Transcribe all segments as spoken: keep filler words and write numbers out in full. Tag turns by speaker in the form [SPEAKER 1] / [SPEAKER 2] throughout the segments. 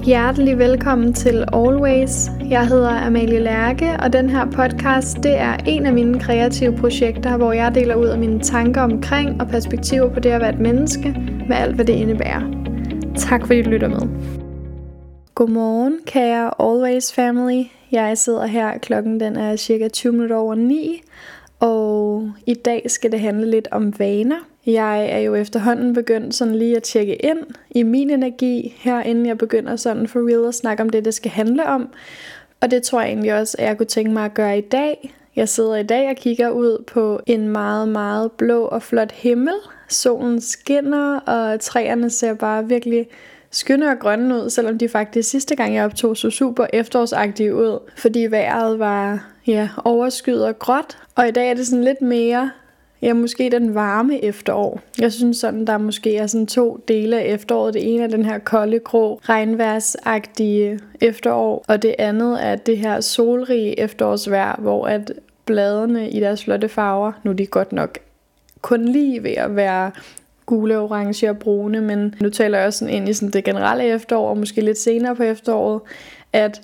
[SPEAKER 1] Hjertelig velkommen til Always. Jeg hedder Amalie Lærke, og den her podcast, det er en af mine kreative projekter, hvor jeg deler ud af mine tanker omkring og perspektiver på det at være et menneske, med alt hvad det indebærer. Tak fordi du lytter med. Godmorgen, kære Always family. Jeg sidder her, klokken den er cirka tyve minutter over ni, og i dag skal det handle lidt om vaner. Jeg er jo efterhånden begyndt sådan lige at tjekke ind i min energi, her inden jeg begynder sådan for real at snakke om det, det skal handle om. Og det tror jeg egentlig også, at jeg kunne tænke mig at gøre i dag. Jeg sidder i dag og kigger ud på en meget, meget blå og flot himmel. Solen skinner, og træerne ser bare virkelig skønne og grønne ud, selvom de faktisk sidste gang jeg optog så super efterårsagtige ud. Fordi vejret var ja, overskyet og gråt, og i dag er det sådan lidt mere... Ja, måske den varme efterår. Jeg synes sådan, der måske er sådan to dele af efteråret. Det ene er den her kolde, grå, regnværsagtige efterår, og det andet er det her solrige efterårsvejr, hvor at bladene i deres flotte farver, nu er de godt nok kun lige ved at være gule, orange og brune, men nu taler jeg også sådan ind i sådan det generelle efterår, og måske lidt senere på efteråret, at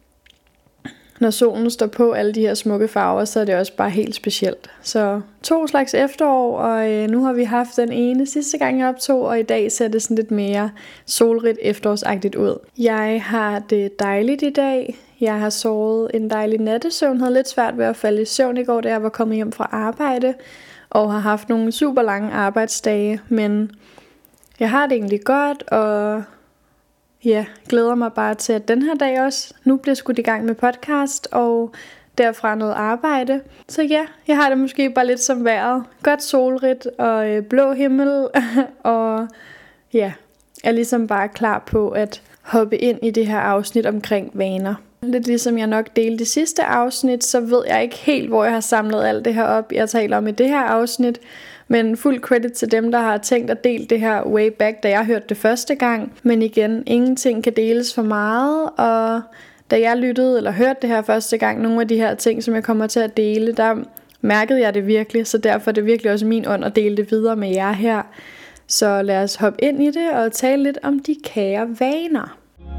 [SPEAKER 1] når solen står på alle de her smukke farver, så er det også bare helt specielt. Så to slags efterår, og øh, nu har vi haft den ene sidste gang jeg optog, og i dag ser det sådan lidt mere solrigt efterårsagtigt ud. Jeg har det dejligt i dag. Jeg har sovet en dejlig nattesøvn, havde lidt svært ved at falde i søvn i går, da jeg var kommet hjem fra arbejde, og har haft nogle super lange arbejdsdage, men jeg har det egentlig godt, og... Ja, glæder mig bare til, at den her dag også nu bliver skudt i gang med podcast, og derfra noget arbejde. Så ja, jeg har det måske bare lidt som vejret. Godt solrigt og øh, blå himmel, og ja, er ligesom bare klar på at hoppe ind i det her afsnit omkring vaner. Lidt ligesom jeg nok delte det sidste afsnit, så ved jeg ikke helt, hvor jeg har samlet alt det her op, jeg taler om i det her afsnit. Men fuld credit til dem, der har tænkt at dele det her way back, da jeg hørte det første gang. Men igen, ingenting kan deles for meget, og da jeg lyttede eller hørte det her første gang, nogle af de her ting, som jeg kommer til at dele, der mærkede jeg det virkelig, så derfor er det virkelig også min ånd at dele det videre med jer her. Så lad os hoppe ind i det og tale lidt om de kære vaner.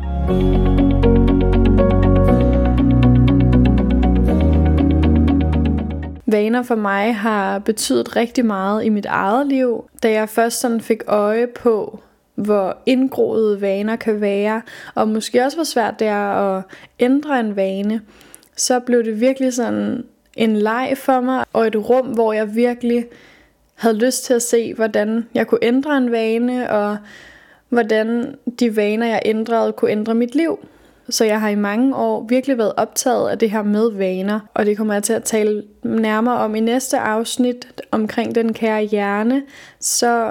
[SPEAKER 1] Vaner for mig har betydet rigtig meget i mit eget liv, da jeg først sådan fik øje på, hvor indgroede vaner kan være, og måske også hvor svært det er at ændre en vane, så blev det virkelig sådan en leg for mig, og et rum, hvor jeg virkelig havde lyst til at se, hvordan jeg kunne ændre en vane, og hvordan de vaner, jeg ændrede, kunne ændre mit liv. Så jeg har i mange år virkelig været optaget af det her med vaner, og det kommer jeg til at tale nærmere om i næste afsnit omkring den kære hjerne. Så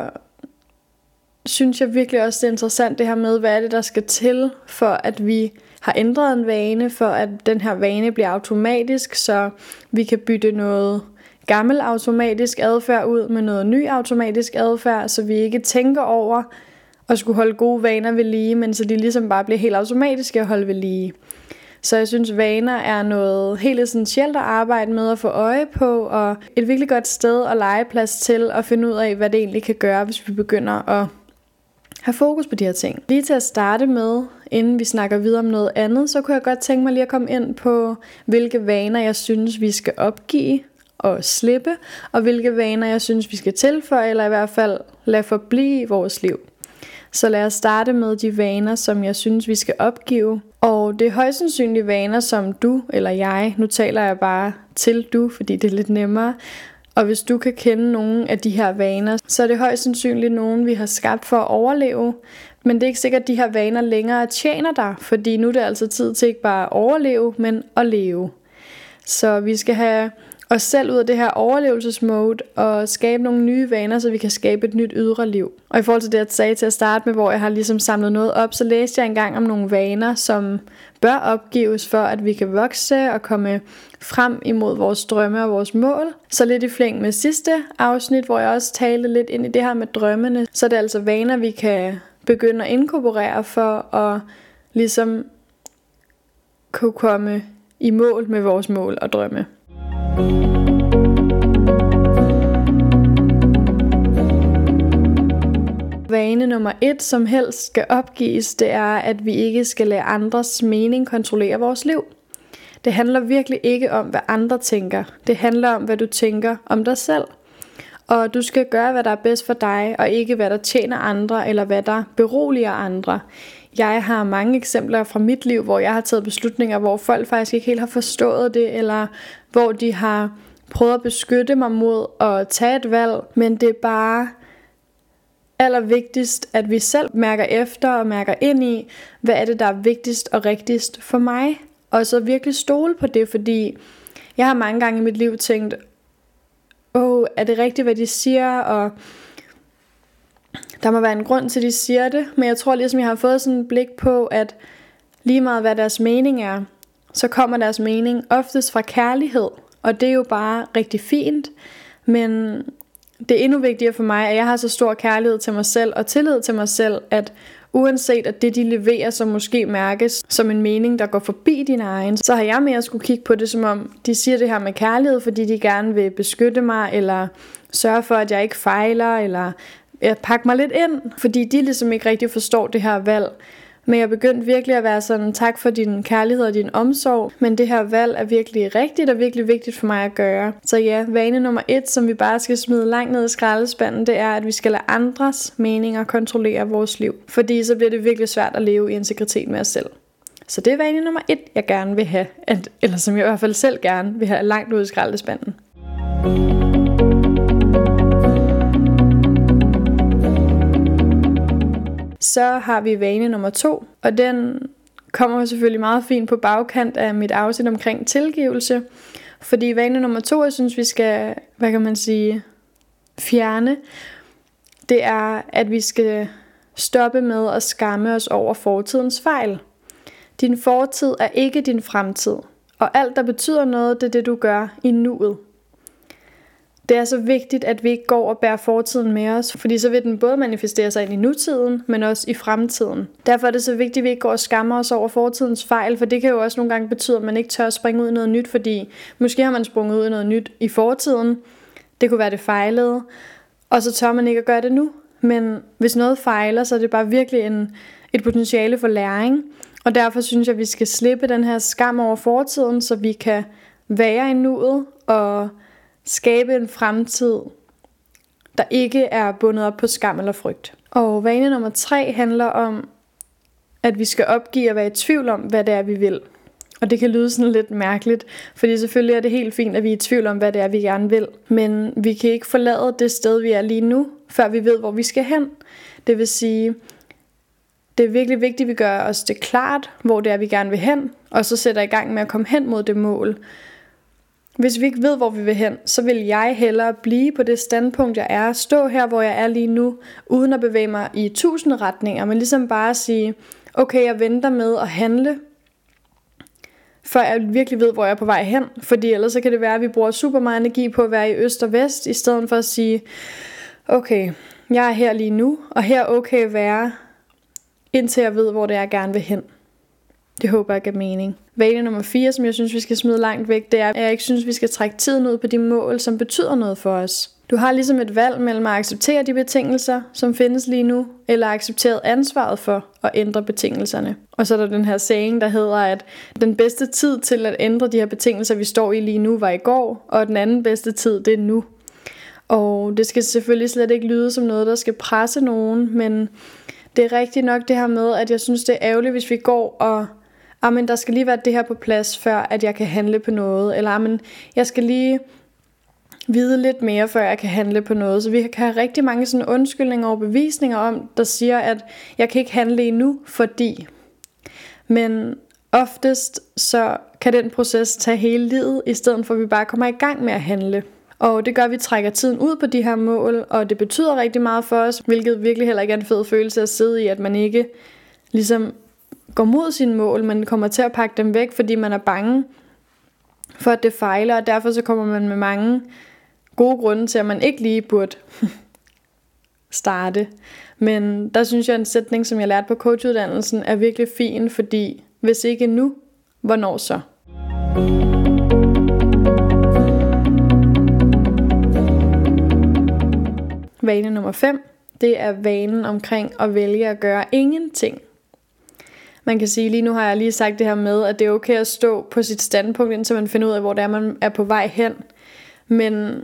[SPEAKER 1] synes jeg virkelig også, det er interessant det her med, hvad er det, der skal til, for at vi har ændret en vane, for at den her vane bliver automatisk, så vi kan bytte noget gammel automatisk adfærd ud med noget ny automatisk adfærd, så vi ikke tænker over og skulle holde gode vaner ved lige, men så de ligesom bare bliver helt automatiske at holde ved lige. Så jeg synes, vaner er noget helt essentielt at arbejde med at få øje på, og et virkelig godt sted og legeplads til at finde ud af, hvad det egentlig kan gøre, hvis vi begynder at have fokus på de her ting. Lige til at starte med, inden vi snakker videre om noget andet, så kunne jeg godt tænke mig lige at komme ind på, hvilke vaner jeg synes, vi skal opgive og slippe, og hvilke vaner jeg synes, vi skal tilføje, eller i hvert fald lade forblive i vores liv. Så lad os starte med de vaner, som jeg synes, vi skal opgive. Og det er højst sandsynligt vaner, som du eller jeg, nu taler jeg bare til du, fordi det er lidt nemmere. Og hvis du kan kende nogle af de her vaner, så er det højst sandsynligt nogen, vi har skabt for at overleve. Men det er ikke sikkert, at de her vaner længere tjener dig, fordi nu er det altså tid til ikke bare at overleve, men at leve. Så vi skal have os selv ud af det her overlevelsesmode og skabe nogle nye vaner, så vi kan skabe et nyt ydre liv. Og i forhold til det, jeg sagde til at starte med, hvor jeg har ligesom samlet noget op, så læste jeg engang om nogle vaner, som bør opgives for, at vi kan vokse og komme frem imod vores drømme og vores mål. Så lidt i flæng med sidste afsnit, hvor jeg også talte lidt ind i det her med drømmene, så er det altså vaner, vi kan begynde at inkorporere for at ligesom kunne komme i mål med vores mål og drømme. Vane nummer et, som helst skal opgives, det er, at vi ikke skal lade andres mening kontrollere vores liv. Det handler virkelig ikke om, hvad andre tænker. Det handler om, hvad du tænker om dig selv. Og du skal gøre, hvad der er bedst for dig, og ikke hvad der tjener andre, eller hvad der beroliger andre. Jeg har mange eksempler fra mit liv, hvor jeg har taget beslutninger, hvor folk faktisk ikke helt har forstået det, eller hvor de har prøvet at beskytte mig mod at tage et valg. Men det er bare allervigtigst, at vi selv mærker efter og mærker ind i, hvad er det, der er vigtigst og rigtigst for mig. Og så virkelig stole på det, fordi jeg har mange gange i mit liv tænkt, åh, er det rigtigt, hvad de siger, og der må være en grund til, at de siger det. Men jeg tror ligesom, jeg har fået sådan et blik på, at lige meget hvad deres mening er, så kommer deres mening oftest fra kærlighed. Og det er jo bare rigtig fint, men det er endnu vigtigere for mig, at jeg har så stor kærlighed til mig selv og tillid til mig selv, at uanset at det de leverer, som måske mærkes som en mening, der går forbi din egen, så har jeg mere skulle kigge på det, som om de siger det her med kærlighed, fordi de gerne vil beskytte mig, eller sørge for, at jeg ikke fejler, eller pakke mig lidt ind, fordi de ligesom ikke rigtig forstår det her valg. Men jeg begyndte virkelig at være sådan, tak for din kærlighed og din omsorg, men det her valg er virkelig rigtigt og virkelig vigtigt for mig at gøre. Så ja, vane nummer et, som vi bare skal smide langt ned i skraldespanden, det er, at vi skal lade andres meninger kontrollere vores liv. Fordi så bliver det virkelig svært at leve i integritet med os selv. Så det er vane nummer et, jeg gerne vil have, at, eller som jeg i hvert fald selv gerne vil have langt ud i skraldespanden. Så har vi vane nummer to, og den kommer selvfølgelig meget fint på bagkant af mit afsnit omkring tilgivelse. Fordi vane nummer to, jeg synes vi skal, hvad kan man sige, fjerne, det er, at vi skal stoppe med at skamme os over fortidens fejl. Din fortid er ikke din fremtid, og alt der betyder noget, det er det du gør i nuet. Det er så vigtigt, at vi ikke går og bærer fortiden med os, fordi så vil den både manifestere sig ind i nutiden, men også i fremtiden. Derfor er det så vigtigt, at vi ikke går og skammer os over fortidens fejl, for det kan jo også nogle gange betyde, at man ikke tør at springe ud i noget nyt, fordi måske har man sprunget ud i noget nyt i fortiden. Det kunne være det fejlede, og så tør man ikke at gøre det nu. Men hvis noget fejler, så er det bare virkelig en, et potentiale for læring, og derfor synes jeg, at vi skal slippe den her skam over fortiden, så vi kan være i nuet og skabe en fremtid, der ikke er bundet op på skam eller frygt. Og vane nummer tre handler om, at vi skal opgive at være i tvivl om, hvad det er, vi vil. Og det kan lyde sådan lidt mærkeligt, fordi selvfølgelig er det helt fint, at vi er i tvivl om, hvad det er, vi gerne vil. Men vi kan ikke forlade det sted, vi er lige nu, før vi ved, hvor vi skal hen. Det vil sige, det er virkelig vigtigt, at vi gør os det klart, hvor det er, vi gerne vil hen, og så sætter i gang med at komme hen mod det mål. Hvis vi ikke ved, hvor vi vil hen, så vil jeg hellere blive på det standpunkt, jeg er. Stå her, hvor jeg er lige nu, uden at bevæge mig i tusind retninger. Men ligesom bare sige, okay, jeg venter med at handle, før jeg virkelig ved, hvor jeg er på vej hen. Fordi ellers så kan det være, at vi bruger super meget energi på at være i øst og vest, i stedet for at sige, okay, jeg er her lige nu, og her er okay at være, indtil jeg ved, hvor det er, jeg gerne vil hen. Det håber jeg giver mening. Vane nummer fire, som jeg synes, vi skal smide langt væk, det er, at jeg ikke synes, vi skal trække tiden ud på de mål, som betyder noget for os. Du har ligesom et valg mellem at acceptere de betingelser, som findes lige nu, eller acceptere ansvaret for at ændre betingelserne. Og så er der den her saying, der hedder, at den bedste tid til at ændre de her betingelser, vi står i lige nu, var i går, og den anden bedste tid, det er nu. Og det skal selvfølgelig slet ikke lyde som noget, der skal presse nogen, men det er rigtigt nok det her med, at jeg synes, det er ærgerligt, hvis vi går og ah, men der skal lige være det her på plads, før at jeg kan handle på noget. Eller ah, men jeg skal lige vide lidt mere, før jeg kan handle på noget. Så vi kan have rigtig mange sådan undskyldninger og bevisninger om, der siger, at jeg kan ikke handle endnu, fordi. Men oftest så kan den proces tage hele livet, i stedet for at vi bare kommer i gang med at handle. Og det gør, at vi trækker tiden ud på de her mål, og det betyder rigtig meget for os, hvilket virkelig heller ikke er en fed følelse at sidde i, at man ikke ligesom går mod sine mål, men kommer til at pakke dem væk, fordi man er bange for, at det fejler, og derfor så kommer man med mange gode grunde til, at man ikke lige burde starte. Men der synes jeg, en sætning, som jeg lærte på coachuddannelsen, er virkelig fin, fordi hvis ikke nu, hvornår så? Vane nummer fem, det er vanen omkring at vælge at gøre ingenting. Man kan sige, lige nu har jeg lige sagt det her med, at det er okay at stå på sit standpunkt, indtil man finder ud af, hvor det er, man er på vej hen. Men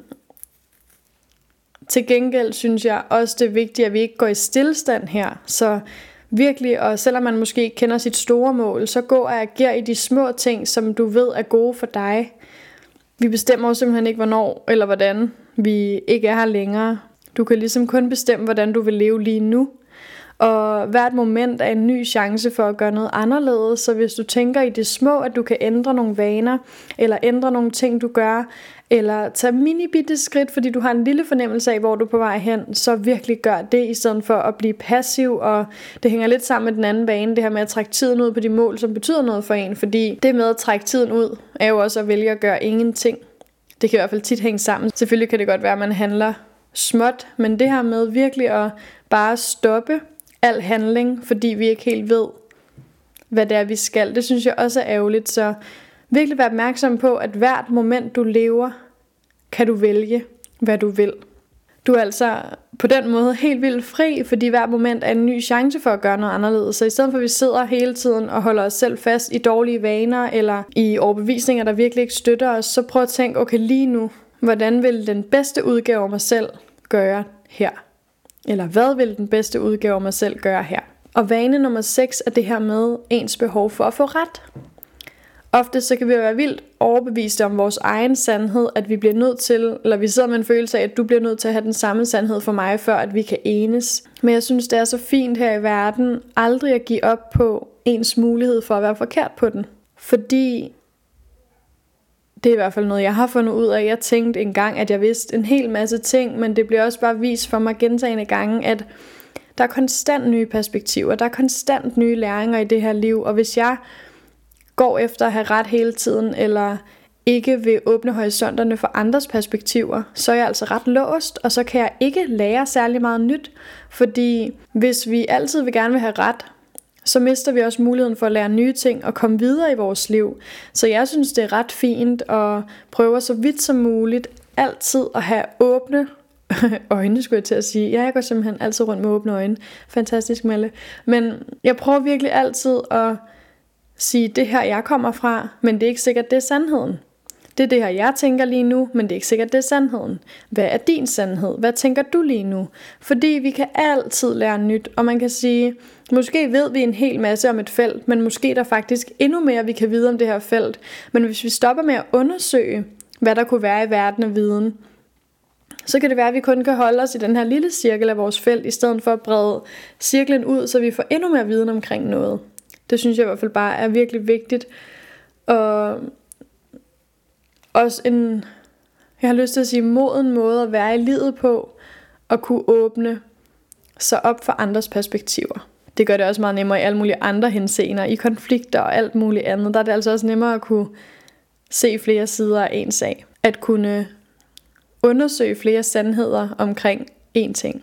[SPEAKER 1] til gengæld synes jeg også, det er vigtigt, at vi ikke går i stillstand her. Så virkelig, og selvom man måske ikke kender sit store mål, så gå og agere i de små ting, som du ved er gode for dig. Vi bestemmer jo simpelthen ikke, hvornår eller hvordan vi ikke er her længere. Du kan ligesom kun bestemme, hvordan du vil leve lige nu. Og hvert moment er en ny chance for at gøre noget anderledes. Så hvis du tænker i det små, at du kan ændre nogle vaner, eller ændre nogle ting, du gør, eller tage mini-bitte skridt, fordi du har en lille fornemmelse af, hvor du er på vej hen, så virkelig gør det, i stedet for at blive passiv. Og det hænger lidt sammen med den anden vane, det her med at trække tiden ud på de mål, som betyder noget for en. Fordi det med at trække tiden ud, er jo også at vælge at gøre ingenting. Det kan i hvert fald tit hænge sammen. Selvfølgelig kan det godt være, at man handler småt, men det her med virkelig at bare stoppe al handling, fordi vi ikke helt ved, hvad det er, vi skal, det synes jeg også er ærgerligt. Så virkelig vær opmærksom på, at hvert moment du lever, kan du vælge, hvad du vil. Du er altså på den måde helt vildt fri, fordi hvert moment er en ny chance for at gøre noget anderledes. Så i stedet for at vi sidder hele tiden og holder os selv fast i dårlige vaner, eller i overbevisninger, der virkelig ikke støtter os, så prøv at tænke, okay, lige nu, hvordan vil den bedste udgave af mig selv gøre her? Eller hvad vil den bedste udgave af mig selv gøre her? Og vane nummer seks er det her med ens behov for at få ret. Ofte så kan vi være vildt overbeviste om vores egen sandhed, at vi bliver nødt til, eller vi sidder med en følelse af, at du bliver nødt til at have den samme sandhed for mig, før at vi kan enes. Men jeg synes, det er så fint her i verden, aldrig at give op på ens mulighed for at være forkert på den. Fordi det er i hvert fald noget, jeg har fundet ud af. Jeg tænkte engang, at jeg vidste en hel masse ting, men det bliver også bare vist for mig gentagne gange, at der er konstant nye perspektiver, der er konstant nye læringer i det her liv, og hvis jeg går efter at have ret hele tiden, eller ikke vil åbne horisonterne for andres perspektiver, så er jeg altså ret låst, og så kan jeg ikke lære særlig meget nyt, fordi hvis vi altid vil gerne vil have ret, så mister vi også muligheden for at lære nye ting og komme videre i vores liv. Så jeg synes, det er ret fint at prøve så vidt som muligt altid at have åbne øjne, skulle jeg til at sige. Ja, jeg går simpelthen altid rundt med åbne øjne. Fantastisk, Melle. Men jeg prøver virkelig altid at sige, det her jeg kommer fra, men det er ikke sikkert, det er sandheden. Det er det her jeg tænker lige nu, men det er ikke sikkert, det er sandheden. Hvad er din sandhed? Hvad tænker du lige nu? Fordi vi kan altid lære nyt, og man kan sige, måske ved vi en hel masse om et felt, men måske der faktisk endnu mere, vi kan vide om det her felt. Men hvis vi stopper med at undersøge, hvad der kunne være i verden af viden, så kan det være, at vi kun kan holde os i den her lille cirkel af vores felt, i stedet for at brede cirklen ud, så vi får endnu mere viden omkring noget. Det synes jeg i hvert fald bare er virkelig vigtigt. Og også en, jeg har lyst til at sige, moden måde at være i livet på, at kunne åbne sig op for andres perspektiver. Det gør det også meget nemmere i alle mulige andre henseender, i konflikter og alt muligt andet. Der er det altså også nemmere at kunne se flere sider af en sag. At kunne undersøge flere sandheder omkring én ting.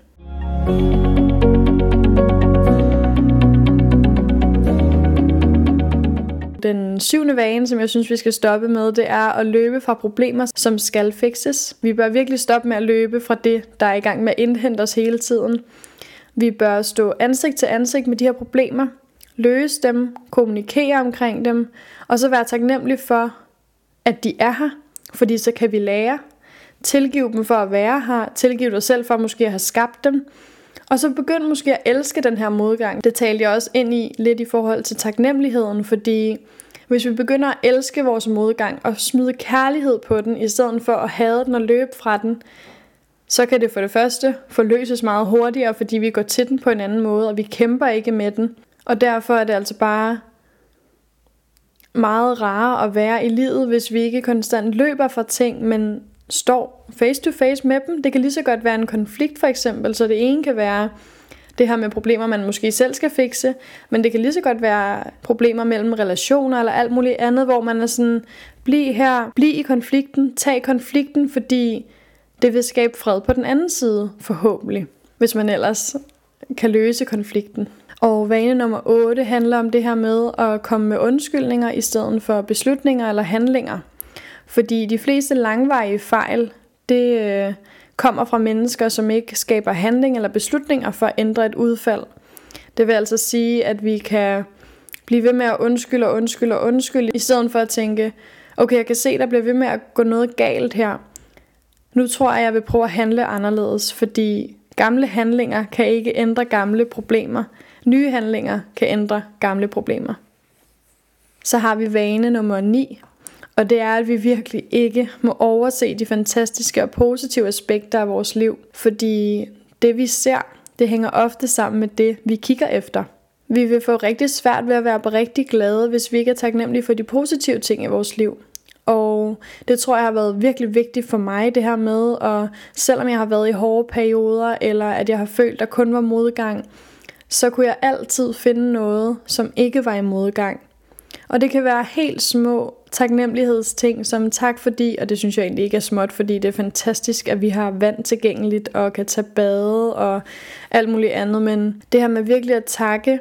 [SPEAKER 1] Den syvende vane, som jeg synes, vi skal stoppe med, det er at løbe fra problemer, som skal fikses. Vi bør virkelig stoppe med at løbe fra det, der er i gang med at indhente os hele tiden. Vi bør stå ansigt til ansigt med de her problemer, løse dem, kommunikere omkring dem, og så være taknemmelig for, at de er her, fordi så kan vi lære. Tilgive dem for at være her, tilgive dig selv for måske at have skabt dem, og så begynd måske at elske den her modgang. Det talte jeg også ind i lidt i forhold til taknemmeligheden, fordi hvis vi begynder at elske vores modgang og smide kærlighed på den, i stedet for at hade den og løbe fra den, så kan det for det første forløses meget hurtigere, fordi vi går til den på en anden måde, og vi kæmper ikke med den. Og derfor er det altså bare meget rarere at være i livet, hvis vi ikke konstant løber fra ting, men står face to face med dem. Det kan lige så godt være en konflikt for eksempel, så det ene kan være det her med problemer, man måske selv skal fikse, men det kan lige så godt være problemer mellem relationer eller alt muligt andet, hvor man er sådan, bliv her, bliv i konflikten, tag konflikten, fordi det vil skabe fred på den anden side, forhåbentlig, hvis man ellers kan løse konflikten. Og vane nummer otte handler om det her med at komme med undskyldninger i stedet for beslutninger eller handlinger. Fordi de fleste langvarige fejl, det øh, kommer fra mennesker, som ikke skaber handling eller beslutninger for at ændre et udfald. Det vil altså sige, at vi kan blive ved med at undskylde og undskylde og undskylde, i stedet for at tænke, okay, jeg kan se, der bliver ved med at gå noget galt her. Nu tror jeg, jeg vil prøve at handle anderledes, fordi gamle handlinger kan ikke ændre gamle problemer. Nye handlinger kan ændre gamle problemer. Så har vi vane nummer ni, og det er, at vi virkelig ikke må overse de fantastiske og positive aspekter af vores liv, fordi det vi ser, det hænger ofte sammen med det, vi kigger efter. Vi vil få rigtig svært ved at være rigtig glade, hvis vi ikke er taknemmelige for de positive ting i vores liv. Og det tror jeg har været virkelig vigtigt for mig, det her med, og selvom jeg har været i hårde perioder, eller at jeg har følt, der kun var modgang, så kunne jeg altid finde noget, som ikke var i modgang. Og det kan være helt små taknemmelighedsting, som tak fordi, og det synes jeg egentlig ikke er småt, fordi det er fantastisk, at vi har vand tilgængeligt, og kan tage bade, og alt muligt andet, men det her med virkelig at takke,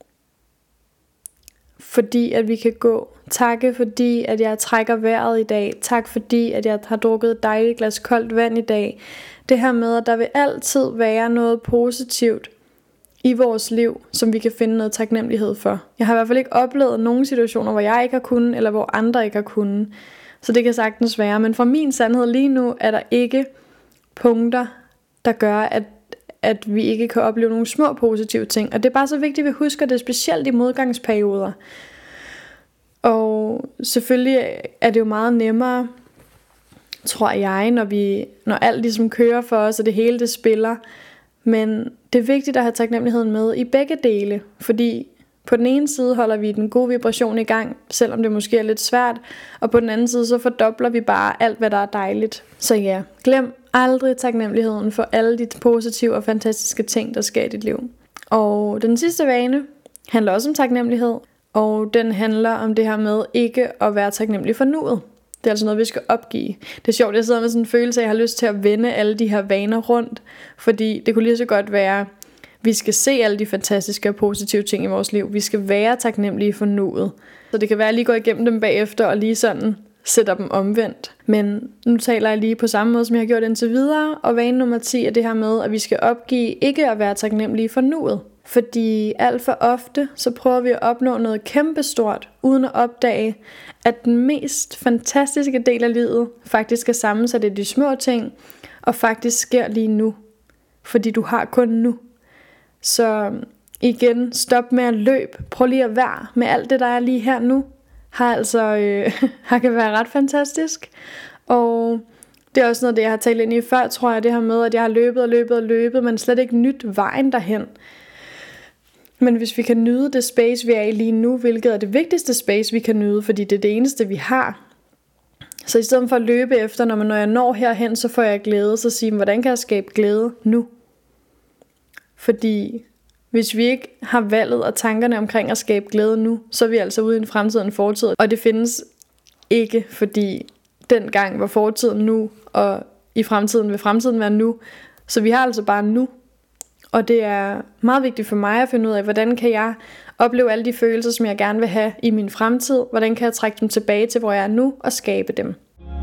[SPEAKER 1] fordi at vi kan gå. Takke fordi at jeg trækker vejret i dag. Tak fordi at jeg har drukket et dejligt glas koldt vand i dag. Det her med at der vil altid være noget positivt i vores liv, som vi kan finde noget taknemmelighed for. Jeg har i hvert fald ikke oplevet nogle situationer, hvor jeg ikke har kunnet, eller hvor andre ikke har kunnet. Så det kan sagtens være. Men fra min sandhed lige nu er der ikke punkter, der gør, at at vi ikke kan opleve nogle små positive ting. Og det er bare så vigtigt, at vi husker det, specielt i modgangsperioder. Og selvfølgelig er det jo meget nemmere, tror jeg, når, vi, når alt ligesom kører for os, og det hele det spiller. Men det er vigtigt at have taknemmeligheden med i begge dele, fordi på den ene side holder vi den gode vibration i gang, selvom det måske er lidt svært, og på den anden side så fordobler vi bare alt, hvad der er dejligt. Så ja, glem aldrig taknemmeligheden for alle de positive og fantastiske ting, der sker i dit liv. Og den sidste vane handler også om taknemmelighed, og den handler om det her med ikke at være taknemmelig for nuet. Det er altså noget, vi skal opgive. Det er sjovt, jeg sidder med sådan en følelse af, at jeg har lyst til at vende alle de her vaner rundt, fordi det kunne lige så godt være, vi skal se alle de fantastiske og positive ting i vores liv. Vi skal være taknemmelige for nuet. Så det kan være, at jeg lige går igennem dem bagefter og lige sådan sætter dem omvendt. Men nu taler jeg lige på samme måde, som jeg har gjort indtil videre. Og vane nummer ti er det her med, at vi skal opgive ikke at være taknemmelige for nuet. Fordi alt for ofte, så prøver vi at opnå noget kæmpestort, uden at opdage, at den mest fantastiske del af livet faktisk er sammensat i de små ting, og faktisk sker lige nu. Fordi du har kun nu. Så igen, stop med at løbe. Prøv lige at være med alt det, der er lige her nu. Har altså øh, har kan være ret fantastisk. Og det er også noget, det jeg har talt ind i før, tror jeg, det her med, at jeg har løbet og løbet og løbet, men slet ikke nyt vejen derhen. Men hvis vi kan nyde det space, vi er i lige nu, hvilket er det vigtigste space, vi kan nyde, fordi det er det eneste, vi har. Så i stedet for at løbe efter, når, man, når jeg når herhen, så får jeg glæde, så siger hvordan kan jeg skabe glæde nu? Fordi hvis vi ikke har valget og tankerne omkring at skabe glæde nu, så er vi altså ude i en fremtid og en fortid. Og det findes ikke, fordi dengang var fortiden nu, og i fremtiden vil fremtiden være nu. Så vi har altså bare nu. Og det er meget vigtigt for mig at finde ud af, hvordan kan jeg opleve alle de følelser, som jeg gerne vil have i min fremtid. Hvordan kan jeg trække dem tilbage til, hvor jeg er nu, og skabe dem.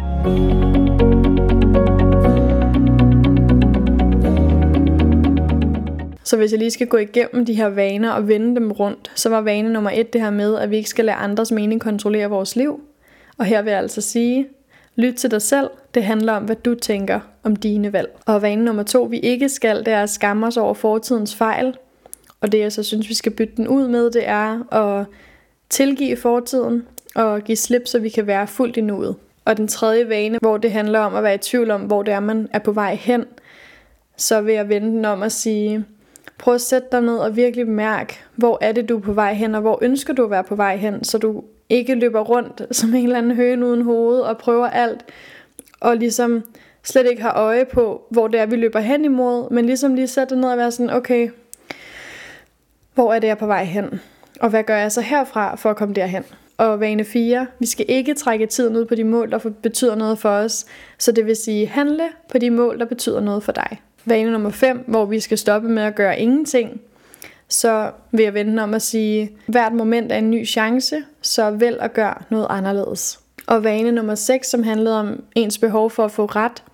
[SPEAKER 1] Så hvis jeg lige skal gå igennem de her vaner og vende dem rundt, så var vane nummer et det her med, at vi ikke skal lade andres mening kontrollere vores liv. Og her vil jeg altså sige, lyt til dig selv, det handler om, hvad du tænker om dine valg. Og vane nummer to, vi ikke skal, det er at skamme os over fortidens fejl. Og det jeg så synes, vi skal bytte den ud med, det er at tilgive fortiden og give slip, så vi kan være fuldt i nuet. Og den tredje vane, hvor det handler om at være i tvivl om, hvor det er, man er på vej hen, så vil jeg vende den om at sige, prøv at sætte dig ned og virkelig mærke, hvor er det, du er på vej hen, og hvor ønsker du at være på vej hen, så du ikke løber rundt som en eller anden høne uden hoved og prøver alt, og ligesom slet ikke har øje på, hvor det er, vi løber hen imod, men ligesom lige sætte dig ned og være sådan, okay, hvor er det, jeg er på vej hen, og hvad gør jeg så herfra for at komme derhen? Og vane fire, vi skal ikke trække tiden ud på de mål, der betyder noget for os, så det vil sige handle på de mål, der betyder noget for dig. Vane nummer fem, hvor vi skal stoppe med at gøre ingenting, så vil jeg vende om at sige, hvert moment er en ny chance, så vælg at gøre noget anderledes. Og vane nummer seks, som handlede om ens behov for at få ret,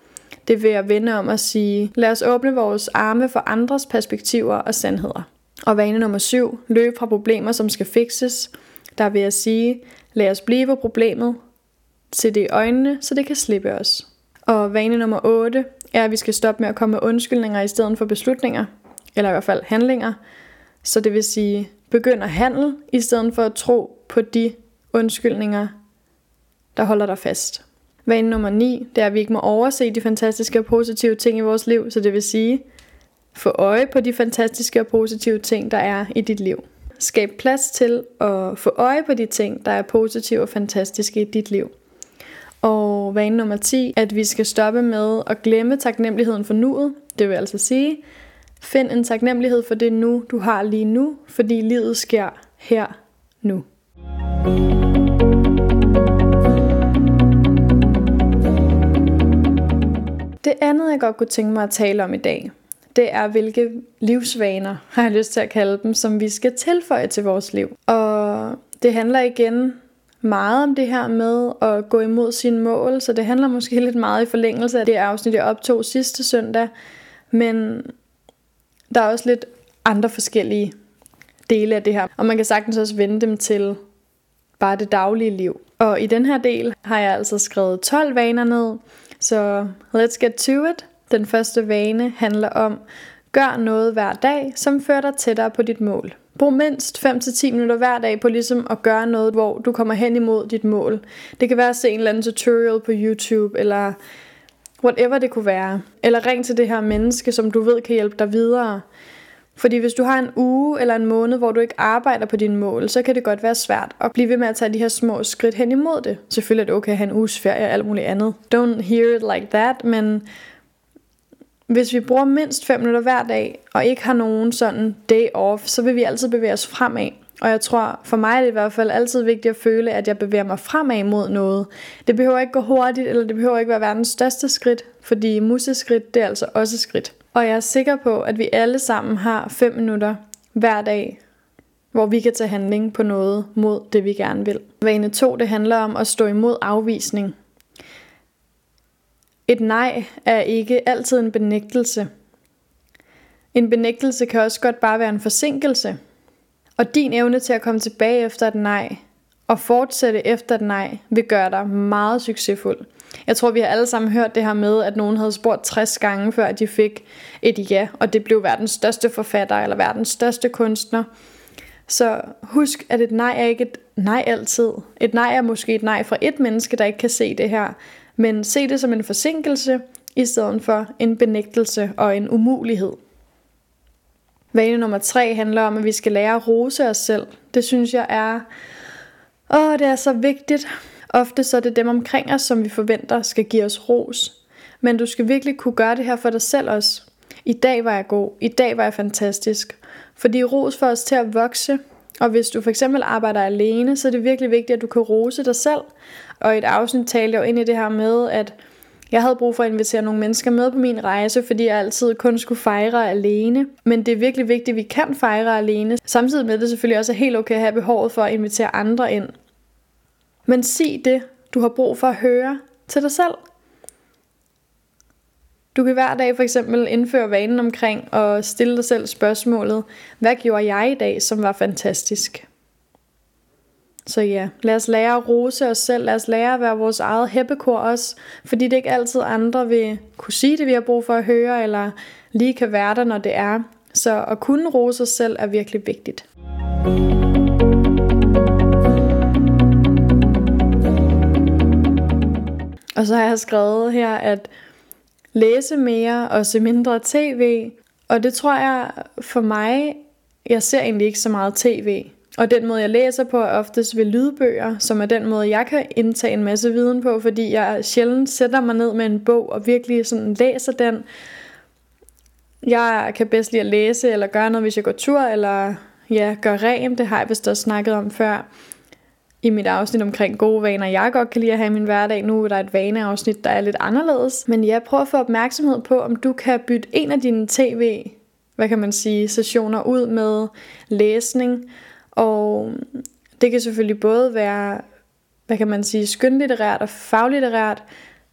[SPEAKER 1] Det er ved at vende om at sige, lad os åbne vores arme for andres perspektiver og sandheder. Og vane nummer syv, løb fra problemer, som skal fikses. Der er ved at sige, lad os blive på problemet, se det i øjnene, så det kan slippe os. Og vane nummer otte er, at vi skal stoppe med at komme med undskyldninger i stedet for beslutninger, eller i hvert fald handlinger. Så det vil sige, begynd at handle, i stedet for at tro på de undskyldninger, der holder dig fast. Vane nummer ni, det er, at vi ikke må overse de fantastiske og positive ting i vores liv, så det vil sige, få øje på de fantastiske og positive ting, der er i dit liv. Skab plads til at få øje på de ting, der er positive og fantastiske i dit liv. Og vane nummer ti, at vi skal stoppe med at glemme taknemmeligheden for nuet. Det vil altså sige, find en taknemmelighed for det nu, du har lige nu, fordi livet sker her nu. Det andet, jeg godt kunne tænke mig at tale om i dag, det er, hvilke livsvaner, har jeg lyst til at kalde dem, som vi skal tilføje til vores liv. Og det handler igen meget om det her med at gå imod sine mål, så det handler måske lidt meget i forlængelse af det afsnit, jeg optog sidste søndag, men der er også lidt andre forskellige dele af det her, og man kan sagtens også vende dem til bare det daglige liv. Og i den her del har jeg altså skrevet tolv vaner ned, så let's get to it. Den første vane handler om, gør noget hver dag, som fører dig tættere på dit mål. Brug mindst fem til ti minutter hver dag på ligesom at gøre noget, hvor du kommer hen imod dit mål. Det kan være at se en eller anden tutorial på YouTube, eller whatever det kunne være. Eller ring til det her menneske, som du ved kan hjælpe dig videre. Fordi hvis du har en uge eller en måned, hvor du ikke arbejder på dine mål, så kan det godt være svært at blive ved med at tage de her små skridt hen imod det. Selvfølgelig er det okay at have en uges ferie og alt muligt andet. Don't hear it like that, men hvis vi bruger mindst fem minutter hver dag, og ikke har nogen sådan day off, så vil vi altid bevæge os fremad. Og jeg tror, for mig er det i hvert fald altid vigtigt at føle, at jeg bevæger mig fremad mod noget. Det behøver ikke gå hurtigt, eller det behøver ikke være verdens største skridt, fordi museskridt, det er altså også skridt. Og jeg er sikker på, at vi alle sammen har fem minutter hver dag, hvor vi kan tage handling på noget mod det, vi gerne vil. Vane to, det handler om at stå imod afvisning. Et nej er ikke altid en benægtelse. En benægtelse kan også godt bare være en forsinkelse. Og din evne til at komme tilbage efter et nej, og fortsætte efter et nej, vil gøre dig meget succesfuld. Jeg tror, vi har alle sammen hørt det her med, at nogen havde spurgt tres gange, før de fik et ja, og det blev verdens største forfatter, eller verdens største kunstner. Så husk, at et nej er ikke et nej altid. Et nej er måske et nej fra et menneske, der ikke kan se det her. Men se det som en forsinkelse, i stedet for en benægtelse og en umulighed. Vane nummer tre handler om, at vi skal lære at rose os selv. Det synes jeg er, åh, det er så vigtigt. Ofte så er det dem omkring os, som vi forventer skal give os ros. Men du skal virkelig kunne gøre det her for dig selv også. I dag var jeg god. I dag var jeg fantastisk. Fordi ros får os til at vokse. Og hvis du for eksempel arbejder alene, så er det virkelig vigtigt, at du kan rose dig selv. Og i et afsnit talte jeg jo ind i det her med, at jeg havde brug for at invitere nogle mennesker med på min rejse, fordi jeg altid kun skulle fejre alene. Men det er virkelig vigtigt, at vi kan fejre alene. Samtidig med det selvfølgelig også er helt okay at have behovet for at invitere andre ind. Men sig det, du har brug for at høre til dig selv. Du kan hver dag for eksempel indføre vanen omkring og stille dig selv spørgsmålet, hvad gjorde jeg i dag, som var fantastisk? Så ja, lad os lære at rose os selv, lad os lære at være vores eget heppekor også, fordi det ikke altid andre vil kunne sige det, vi har brug for at høre, eller lige kan være der, når det er. Så at kunne rose os selv er virkelig vigtigt. Og så har jeg skrevet her, at læse mere og se mindre tv. Og det tror jeg for mig, jeg ser egentlig ikke så meget tv. Og den måde jeg læser på er oftest ved lydbøger, som er den måde jeg kan indtage en masse viden på, fordi jeg sjældent sætter mig ned med en bog og virkelig sådan læser den. Jeg kan bedst lide at læse eller gøre noget, hvis jeg går tur, eller ja, gør rent. Det har jeg vist også snakket om før i mit afsnit omkring gode vaner, jeg godt kan lide at have i min hverdag. Nu er der et vaneafsnit, der er lidt anderledes. Men jeg prøver at få opmærksomhed på, om du kan bytte en af dine tv, hvad kan man sige, sessioner ud med læsning. Og det kan selvfølgelig både være, hvad kan man sige, skønlitterært og faglitterært.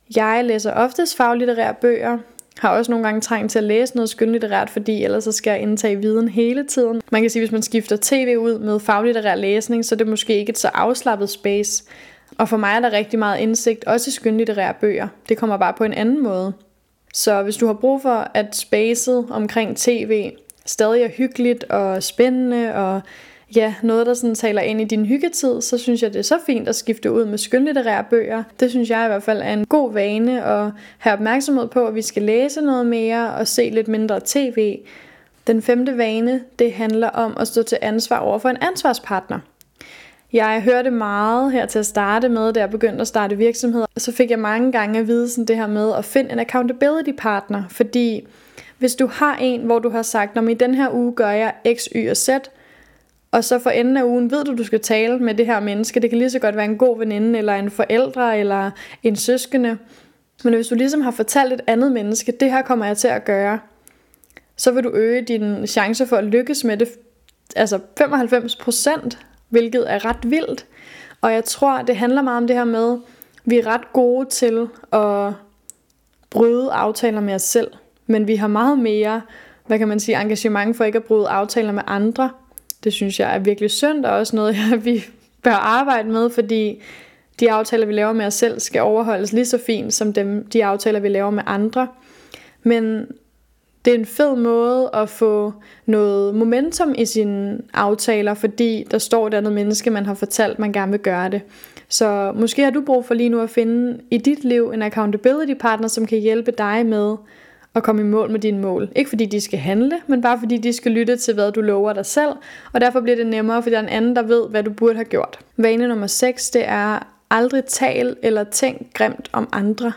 [SPEAKER 1] Jeg læser oftest faglitterære bøger, har også nogle gange trængt til at læse noget skønlitterært, fordi ellers så skal jeg indtage viden hele tiden. Man kan sige, hvis man skifter tv ud med faglitterær læsning, så er det måske ikke et så afslappet space. Og for mig er der rigtig meget indsigt, også i skønlitterære bøger. Det kommer bare på en anden måde. Så hvis du har brug for, at spacet omkring tv stadig er hyggeligt og spændende, og ja, noget der sådan taler ind i din hyggetid, så synes jeg det er så fint at skifte ud med skønlitterære bøger. Det synes jeg i hvert fald er en god vane at have opmærksomhed på, at vi skal læse noget mere og se lidt mindre tv. Den femte vane, det handler om at stå til ansvar over for en ansvarspartner. Jeg hørte meget her til at starte med, da jeg begyndte at starte virksomheder, og så fik jeg mange gange at vide sådan det her med at finde en accountability partner, fordi hvis du har en, hvor du har sagt, at i den her uge gør jeg X, Y og Z, og så for enden af ugen ved du, du skal tale med det her menneske. Det kan lige så godt være en god veninde, eller en forældre, eller en søskende. Men hvis du ligesom har fortalt et andet menneske, det her kommer jeg til at gøre, så vil du øge dine chancer for at lykkes med det, altså femoghalvfems procent, hvilket er ret vildt. Og jeg tror, det handler meget om det her med, vi er ret gode til at bryde aftaler med os selv, men vi har meget mere, hvad kan man sige, engagement for ikke at bryde aftaler med andre. Det synes jeg er virkelig synd, og også noget, vi bør arbejde med, fordi de aftaler, vi laver med os selv, skal overholdes lige så fint som dem, de aftaler, vi laver med andre. Men det er en fed måde at få noget momentum i sine aftaler, fordi der står et andet menneske, man har fortalt, man gerne vil gøre det. Så måske har du brug for lige nu at finde i dit liv en accountability partner, som kan hjælpe dig med at komme i mål med dine mål. Ikke fordi de skal handle, men bare fordi de skal lytte til, hvad du lover dig selv. Og derfor bliver det nemmere, fordi der er en anden, der ved, hvad du burde have gjort. Vane nummer seks, det er aldrig tal eller tænk grimt om andre.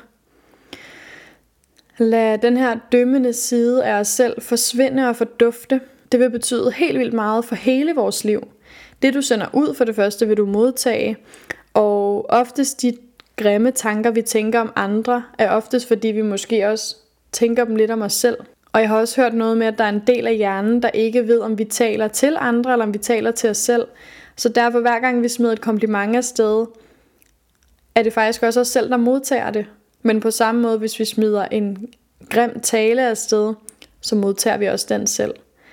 [SPEAKER 1] Lad den her dømmende side af os selv forsvinde og fordufte. Det vil betyde helt vildt meget for hele vores liv. Det du sender ud for det første, vil du modtage. Og oftest de grimme tanker, vi tænker om andre, er oftest fordi vi måske også tænker dem lidt om os selv. Og jeg har også hørt noget med, at der er en del af hjernen, der ikke ved, om vi taler til andre, eller om vi taler til os selv. Så derfor hver gang vi smider et kompliment afsted, er det faktisk også os selv, der modtager det. Men på samme måde, hvis vi smider en grim tale afsted, så modtager vi også den selv.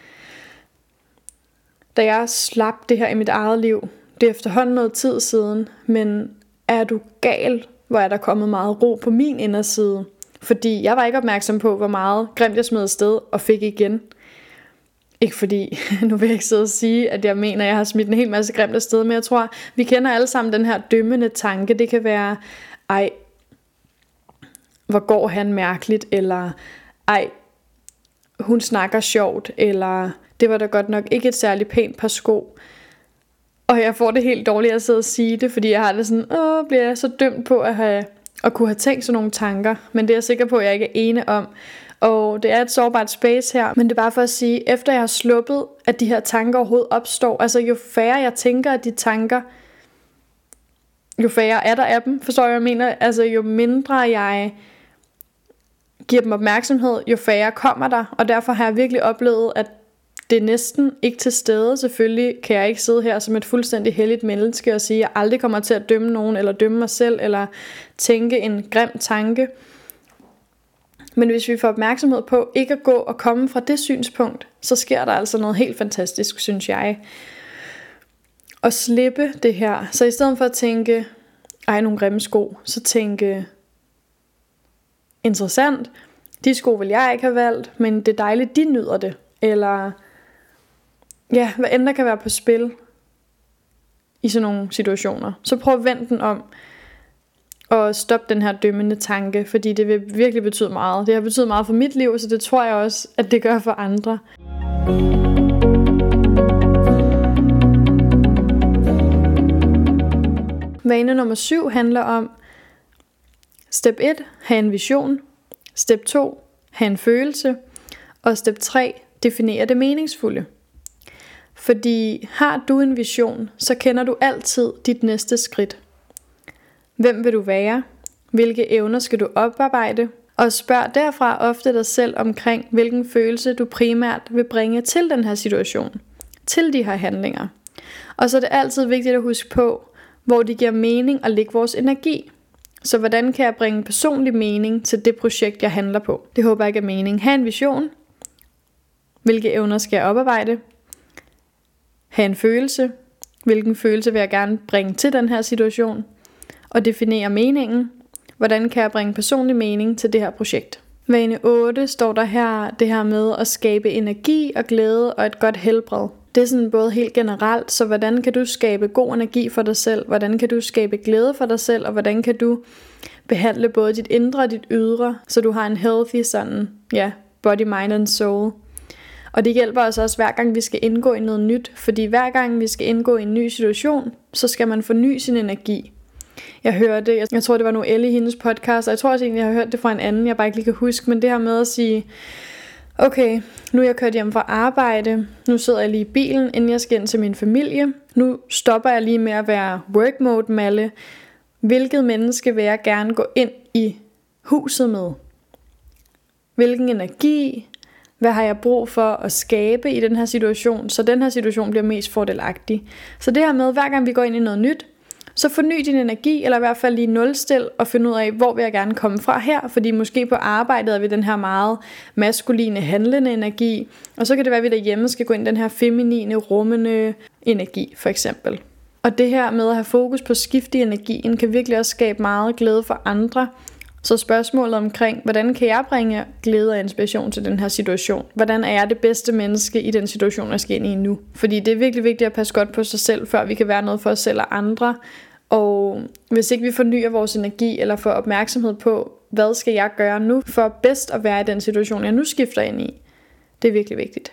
[SPEAKER 1] Da jeg slap det her i mit eget liv, det er efterhånden noget tid siden, men er du gal, hvor er der kommet meget ro på min inderside. Fordi jeg var ikke opmærksom på, hvor meget grimt jeg smed afsted og fik igen. Ikke fordi, nu vil jeg ikke sidde og sige, at jeg mener, at jeg har smidt en hel masse grimt afsted, men jeg tror, vi kender alle sammen den her dømmende tanke. Det kan være, ej, hvor går han mærkeligt, eller ej, hun snakker sjovt, eller det var da godt nok ikke et særligt pænt par sko. Og jeg får det helt dårligt at sidde og sige det, fordi jeg har det sådan, åh, bliver jeg så dømt på at have at kunne have tænkt sådan nogle tanker, men det er jeg sikker på, at jeg ikke er ene om. Og det er et sårbart space her, men det er bare for at sige, efter jeg har sluppet, at de her tanker overhovedet opstår, altså jo færre jeg tænker, at de tanker, jo færre er der af dem, forstår jeg, hvad jeg mener? Altså jo mindre jeg giver dem opmærksomhed, jo færre kommer der, og derfor har jeg virkelig oplevet, at det er næsten ikke til stede. Selvfølgelig kan jeg ikke sidde her som et fuldstændig helligt menneske og sige, at jeg aldrig kommer til at dømme nogen, eller dømme mig selv, eller tænke en grim tanke. Men hvis vi får opmærksomhed på ikke at gå og komme fra det synspunkt, så sker der altså noget helt fantastisk, synes jeg. At slippe det her. Så i stedet for at tænke, ej, nogle grimme sko, så tænke, interessant, de sko vil jeg ikke have valgt, men det er dejligt, de nyder det. Eller ja, hvad end der kan være på spil i sådan nogle situationer. Så prøv at vende den om og stop den her dømmende tanke, fordi det vil virkelig betyde meget. Det har betydet meget for mit liv, så det tror jeg også, at det gør for andre. Vane nummer syv handler om step et, have en vision. Step to, have en følelse. Og step tre, definere det meningsfulde. Fordi har du en vision, så kender du altid dit næste skridt. Hvem vil du være? Hvilke evner skal du oparbejde? Og spørg derfra ofte dig selv omkring, hvilken følelse du primært vil bringe til den her situation. Til de her handlinger. Og så er det altid vigtigt at huske på, hvor det giver mening at lægge vores energi. Så hvordan kan jeg bringe personlig mening til det projekt, jeg handler på? Det håber jeg ikke er mening. Ha' en vision. Hvilke evner skal jeg oparbejde? Ha' en følelse. Hvilken følelse vil jeg gerne bringe til den her situation? Og definere meningen. Hvordan kan jeg bringe personlig mening til det her projekt? Vane otte står der her det her med at skabe energi og glæde og et godt helbred. Det er sådan både helt generelt, så hvordan kan du skabe god energi for dig selv? Hvordan kan du skabe glæde for dig selv? Og hvordan kan du behandle både dit indre og dit ydre, så du har en healthy sådan, ja, body, mind and soul. Og det hjælper os også hver gang vi skal indgå i noget nyt, fordi hver gang vi skal indgå i en ny situation, så skal man forny sin energi. Jeg hørte, jeg, jeg tror det var Noelle i hendes podcast, og jeg tror også egentlig, jeg har hørt det fra en anden, jeg bare ikke lige kan huske, men det her med at sige, okay, nu er jeg kørt hjem fra arbejde, nu sidder jeg lige i bilen, inden jeg skal ind til min familie, nu stopper jeg lige med at være work mode malle. Hvilket menneske vil jeg gerne gå ind i huset med? Hvilken energi? Hvad har jeg brug for at skabe i den her situation, så den her situation bliver mest fordelagtig? Så det her med, hver gang vi går ind i noget nyt, så forny din energi, eller i hvert fald lige nulstil, og finde ud af, hvor vil jeg gerne komme fra her, fordi måske på arbejdet er vi den her meget maskuline, handlende energi, og så kan det være, at vi derhjemme skal gå ind i den her feminine, rummende energi, for eksempel. Og det her med at have fokus på skift i energien, kan virkelig også skabe meget glæde for andre. Så spørgsmålet omkring, hvordan kan jeg bringe glæde og inspiration til den her situation? Hvordan er jeg det bedste menneske i den situation, jeg skal ind i nu? Fordi det er virkelig vigtigt at passe godt på sig selv, før vi kan være noget for os selv og andre. Og hvis ikke vi fornyer vores energi, eller får opmærksomhed på, hvad skal jeg gøre nu, for bedst at være i den situation, jeg nu skifter ind i. Det er virkelig vigtigt.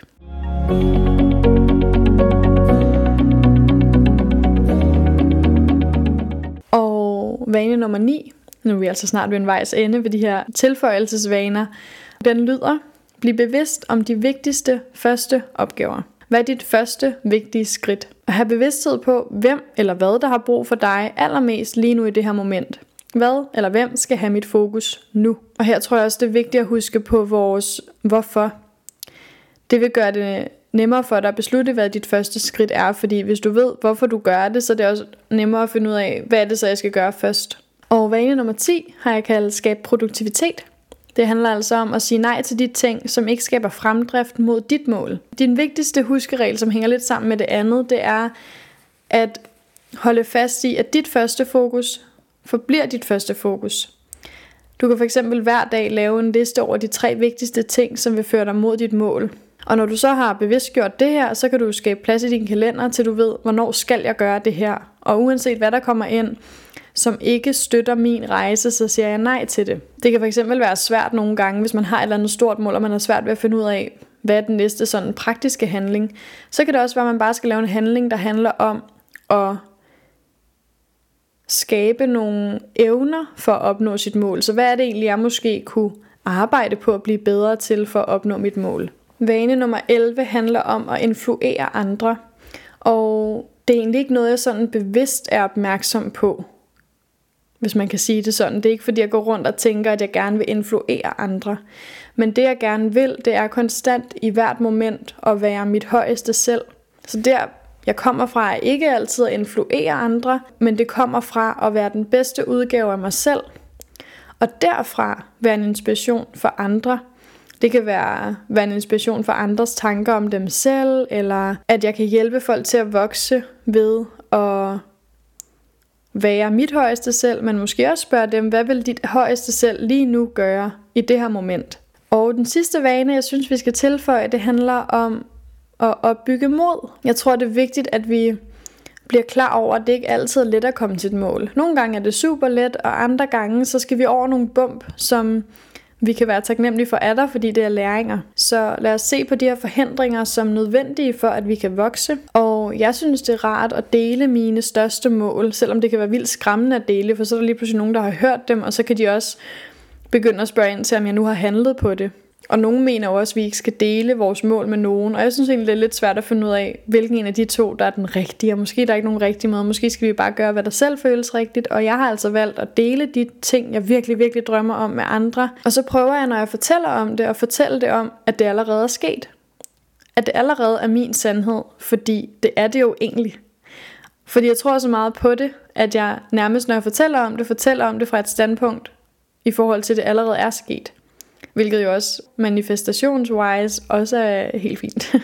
[SPEAKER 1] Og vane nummer ni. Nu er vi altså snart ved en vejs ende ved de her tilføjelsesvaner. Den lyder: bliv bevidst om de vigtigste første opgaver. Hvad er dit første vigtige skridt? At have bevidsthed på, hvem eller hvad der har brug for dig allermest lige nu i det her moment. Hvad eller hvem skal have mit fokus nu? Og her tror jeg også, det er vigtigt at huske på vores hvorfor. Det vil gøre det nemmere for dig at beslutte, hvad dit første skridt er. Fordi hvis du ved, hvorfor du gør det, så er det også nemmere at finde ud af, hvad er det så, jeg skal gøre først. Og vane nummer ti har jeg kaldt skab produktivitet. Det handler altså om at sige nej til de ting, som ikke skaber fremdrift mod dit mål. Din vigtigste huskeregel, som hænger lidt sammen med det andet, det er at holde fast i, at dit første fokus forbliver dit første fokus. Du kan fx hver dag lave en liste over de tre vigtigste ting, som vil føre dig mod dit mål. Og når du så har bevidstgjort det her, så kan du skabe plads i din kalender, til du ved, hvornår skal jeg gøre det her. Og uanset hvad der kommer ind, som ikke støtter min rejse, så siger jeg nej til det. Det kan fx være svært nogle gange, hvis man har et eller andet stort mål, og man har svært ved at finde ud af, hvad er den næste sådan praktiske handling. Så kan det også være, at man bare skal lave en handling, der handler om at skabe nogle evner for at opnå sit mål. Så hvad er det egentlig, jeg måske kunne arbejde på at blive bedre til for at opnå mit mål? Vane nummer elleve handler om at influere andre. Og det er egentlig ikke noget, jeg sådan bevidst er opmærksom på, hvis man kan sige det sådan. Det er ikke fordi jeg går rundt og tænker, at jeg gerne vil influere andre. Men det jeg gerne vil, det er konstant i hvert moment at være mit højeste selv. Så der jeg kommer fra er ikke altid at influere andre, men det kommer fra at være den bedste udgave af mig selv. Og derfra være en inspiration for andre. Det kan være, være en inspiration for andres tanker om dem selv, eller at jeg kan hjælpe folk til at vokse ved at være mit højeste selv, men måske også spørge dem, hvad vil dit højeste selv lige nu gøre i det her moment? Og den sidste vane, jeg synes, vi skal tilføje, det handler om at opbygge mod. Jeg tror, det er vigtigt, at vi bliver klar over, at det ikke altid er let at komme til et mål. Nogle gange er det super let, og andre gange, så skal vi over nogle bump, som vi kan være taknemmelige for er der, fordi det er læringer. Så lad os se på de her forhindringer som nødvendige for, at vi kan vokse. Og jeg synes, det er rart at dele mine største mål, selvom det kan være vildt skræmmende at dele, for så er der lige pludselig nogen, der har hørt dem, og så kan de også begynde at spørge ind til, om jeg nu har handlet på det. Og nogen mener også, at vi ikke skal dele vores mål med nogen. Og jeg synes egentlig, det er lidt svært at finde ud af, hvilken en af de to, der er den rigtige. Og måske der er ikke nogen rigtig måde. Måske skal vi bare gøre, hvad der selv føles rigtigt. Og jeg har altså valgt at dele de ting, jeg virkelig, virkelig drømmer om med andre. Og så prøver jeg, når jeg fortæller om det, at fortælle det om, at det allerede er sket. At det allerede er min sandhed. Fordi det er det jo egentlig. Fordi jeg tror så meget på det, at jeg nærmest, når jeg fortæller om det, fortæller om det fra et standpunkt i forhold til, det allerede er sket. Hvilket jo også manifestationswise også er helt fint.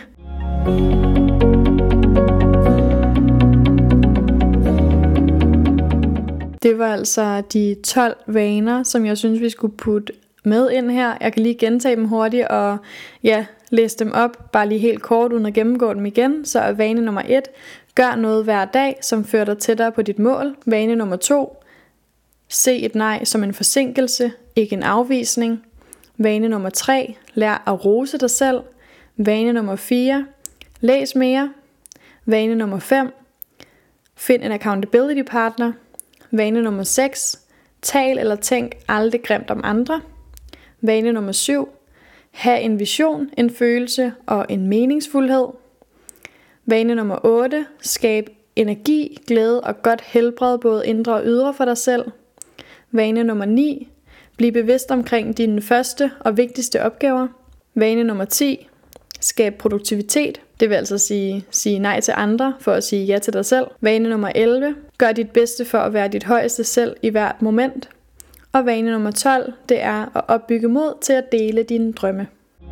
[SPEAKER 1] Det var altså de tolv vaner, som jeg synes, vi skulle putte med ind her. Jeg kan lige gentage dem hurtigt og ja, læse dem op, bare lige helt kort, uden at gennemgå dem igen. Så er vane nummer et, gør noget hver dag, som fører dig tættere på dit mål. Vane nummer to, se et nej som en forsinkelse, ikke en afvisning. Vane nummer tre, lær at rose dig selv. Vane nummer fire, læs mere. Vane nummer fem, find en accountability partner. Vane nummer seks, tal eller tænk aldrig grimt om andre. Vane nummer syv, have en vision, en følelse og en meningsfuldhed. Vane nummer otte, skab energi, glæde og godt helbred, både indre og ydre for dig selv. Vane nummer ni, bliv bevidst omkring dine første og vigtigste opgaver. Vane nummer ti, skab produktivitet. Det vil altså sige, sige nej til andre for at sige ja til dig selv. Vane nummer elleve, gør dit bedste for at være dit højeste selv i hvert moment. Og vane nummer tolv, det er at opbygge mod til at dele dine drømme.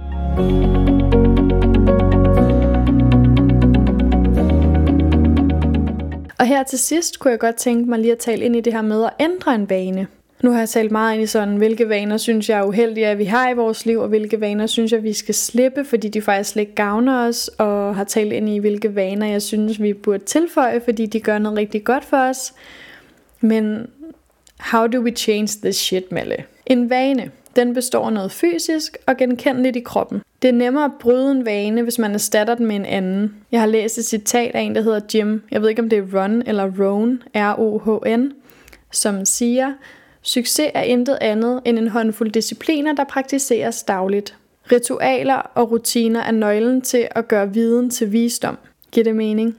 [SPEAKER 1] Og her til sidst kunne jeg godt tænke mig lige at tale ind i det her med at ændre en vane. Nu har jeg talt meget ind i sådan, hvilke vaner synes jeg er uheldige, at vi har i vores liv, og hvilke vaner synes jeg, vi skal slippe, fordi de faktisk slet ikke gavner os, og har talt ind i, hvilke vaner jeg synes, vi burde tilføje, fordi de gør noget rigtig godt for os. Men how do we change this shit, Melle? En vane, den består af noget fysisk og genkendeligt i kroppen. Det er nemmere at bryde en vane, hvis man erstatter den med en anden. Jeg har læst et citat af en, der hedder Jim. Jeg ved ikke, om det er Ron eller Rohn, R O H N, som siger: succes er intet andet end en håndfuld discipliner, der praktiseres dagligt. Ritualer og rutiner er nøglen til at gøre viden til visdom. Giver det mening?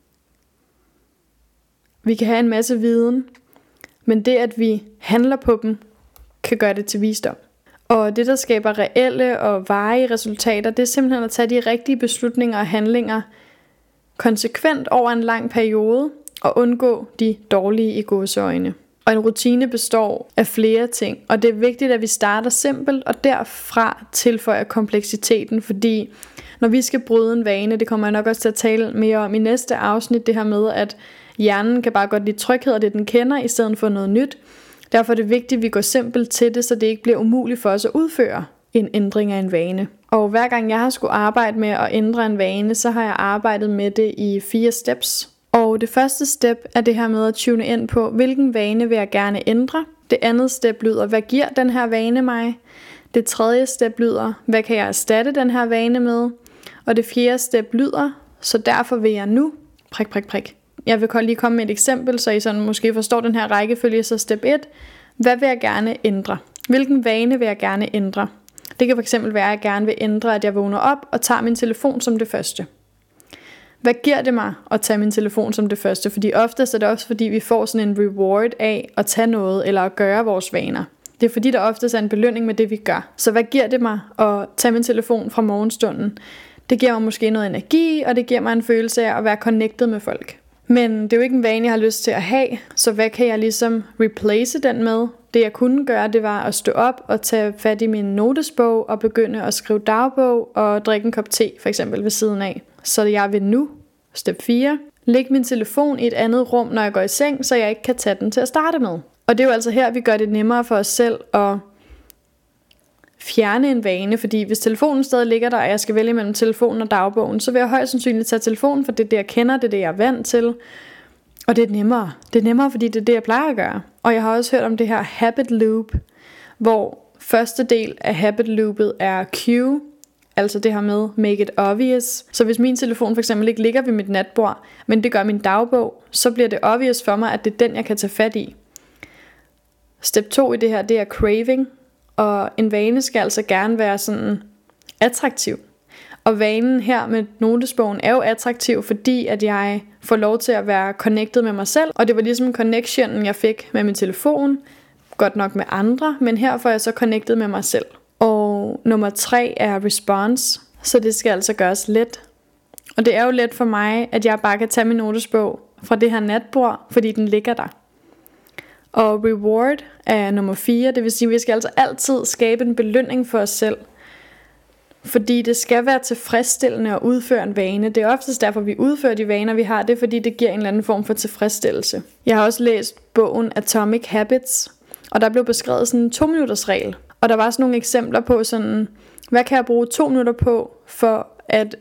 [SPEAKER 1] Vi kan have en masse viden, men det, at vi handler på dem, kan gøre det til visdom. Og det, der skaber reelle og varige resultater, det er simpelthen at tage de rigtige beslutninger og handlinger konsekvent over en lang periode og undgå de dårlige i gåseøjne. Og en rutine består af flere ting, og det er vigtigt, at vi starter simpelt og derfra tilføjer kompleksiteten, fordi når vi skal bryde en vane, det kommer jeg nok også til at tale mere om i næste afsnit, det her med, at hjernen kan bare godt lide tryghed og det, den kender, i stedet for noget nyt. Derfor er det vigtigt, at vi går simpelt til det, så det ikke bliver umuligt for os at udføre en ændring af en vane. Og hver gang jeg har skulle arbejde med at ændre en vane, så har jeg arbejdet med det i fire steps. Og det første step er det her med at tune ind på, hvilken vane vil jeg gerne ændre. Det andet step lyder, hvad giver den her vane mig? Det tredje step lyder, hvad kan jeg erstatte den her vane med? Og det fjerde step lyder, så derfor vil jeg nu, prik, prik, prik. Jeg vil lige komme med et eksempel, så I sådan måske forstår den her rækkefølge. Så step et, hvad vil jeg gerne ændre? Hvilken vane vil jeg gerne ændre? Det kan fx være, at jeg gerne vil ændre, at jeg vågner op og tager min telefon som det første. Hvad giver det mig at tage min telefon som det første? Fordi oftest er det også fordi, vi får sådan en reward af at tage noget eller at gøre vores vaner. Det er fordi, der oftest er en belønning med det, vi gør. Så hvad giver det mig at tage min telefon fra morgenstunden? Det giver mig måske noget energi, og det giver mig en følelse af at være connected med folk. Men det er jo ikke en vane, jeg har lyst til at have, så hvad kan jeg ligesom replace den med? Det jeg kunne gøre, det var at stå op og tage fat i min notesbog og begynde at skrive dagbog og drikke en kop te for eksempel ved siden af. Så jeg vil nu, step fire, lægge min telefon i et andet rum, når jeg går i seng, så jeg ikke kan tage den til at starte med. Og det er jo altså her, vi gør det nemmere for os selv at fjerne en vane, fordi hvis telefonen stadig ligger der, og jeg skal vælge mellem telefonen og dagbogen, så vil jeg højst sandsynligt tage telefonen, for det er det, jeg kender, det er det, jeg er vant til. Og det er nemmere. Det er nemmere, fordi det er det, jeg plejer at gøre. Og jeg har også hørt om det her habit loop, hvor første del af habit loopet er cue, altså det her med make it obvious. Så hvis min telefon for eksempel ikke ligger ved mit natbord, men det gør min dagbog, så bliver det obvious for mig, at det er den, jeg kan tage fat i. Step to i det her, det er craving. Og en vane skal altså gerne være sådan attraktiv. Og vanen her med notesbogen er jo attraktiv, fordi at jeg får lov til at være connected med mig selv. Og det var ligesom connectionen, jeg fik med min telefon. Godt nok med andre, men her får jeg så connected med mig selv. Og nummer tre er response. Så det skal altså gøres let. Og det er jo let for mig, at jeg bare kan tage min notesbog fra det her natbord, fordi den ligger der. Og reward er nummer fire, det vil sige, at vi skal altså altid skabe en belønning for os selv. Fordi det skal være tilfredsstillende at udføre en vane. Det er oftest derfor, vi udfører de vaner, vi har. Det er fordi, det giver en eller anden form for tilfredsstillelse. Jeg har også læst bogen Atomic Habits, og der blev beskrevet sådan en to minutters regel. Og der var sådan nogle eksempler på sådan, hvad kan jeg bruge to minutter på for at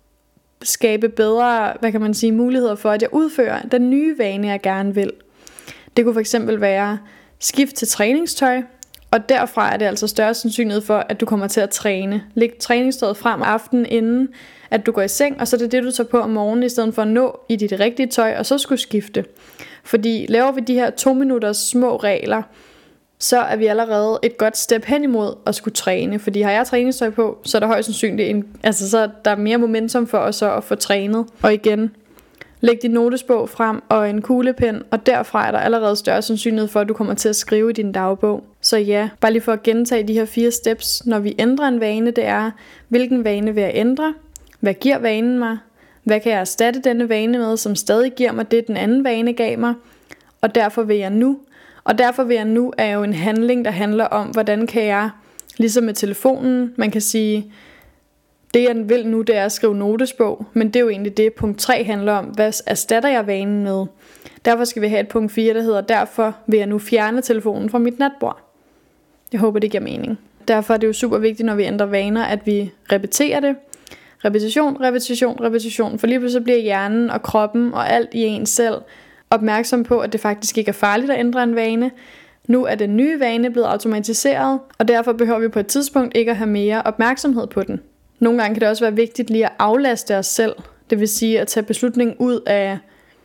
[SPEAKER 1] skabe bedre, hvad kan man sige, muligheder for, at jeg udfører den nye vane, jeg gerne vil. Det kunne for eksempel være skift til træningstøj, og derfra er det altså større sandsynlighed for, at du kommer til at træne. Læg træningstøjet frem aftenen inden, at du går i seng, og så er det det, du tager på om morgenen, i stedet for at nå i dit rigtige tøj, og så skulle skifte. Fordi laver vi de her to minutters små regler, så er vi allerede et godt step hen imod at skulle træne. Fordi har jeg træningstøj på, så er der højst sandsynligt en, altså så er der mere momentum for os at få trænet. Og igen, læg dit notesbog frem og en kuglepen, og derfra er der allerede større sandsynlighed for, at du kommer til at skrive i din dagbog. Så ja, bare lige for at gentage de her fire steps, når vi ændrer en vane, det er, hvilken vane vil jeg ændre? Hvad giver vanen mig? Hvad kan jeg erstatte denne vane med, som stadig giver mig det, den anden vane gav mig? Og derfor vil jeg nu. Og derfor vil jeg nu er jo en handling, der handler om, hvordan kan jeg, ligesom med telefonen, man kan sige, det jeg vil nu, det er at skrive notesbog, men det er jo egentlig det, punkt tre handler om, hvad erstatter jeg vanen med? Derfor skal vi have et punkt fire, der hedder, derfor vil jeg nu fjerne telefonen fra mit natbord. Jeg håber, det giver mening. Derfor er det jo super vigtigt, når vi ændrer vaner, at vi repeterer det. Repetition, repetition, repetition, for lige pludselig bliver hjernen og kroppen og alt i en selv opmærksom på, at det faktisk ikke er farligt at ændre en vane. Nu er den nye vane blevet automatiseret, og derfor behøver vi på et tidspunkt ikke at have mere opmærksomhed på den. Nogle gange kan det også være vigtigt lige at aflaste os selv. Det vil sige at tage beslutningen ud af,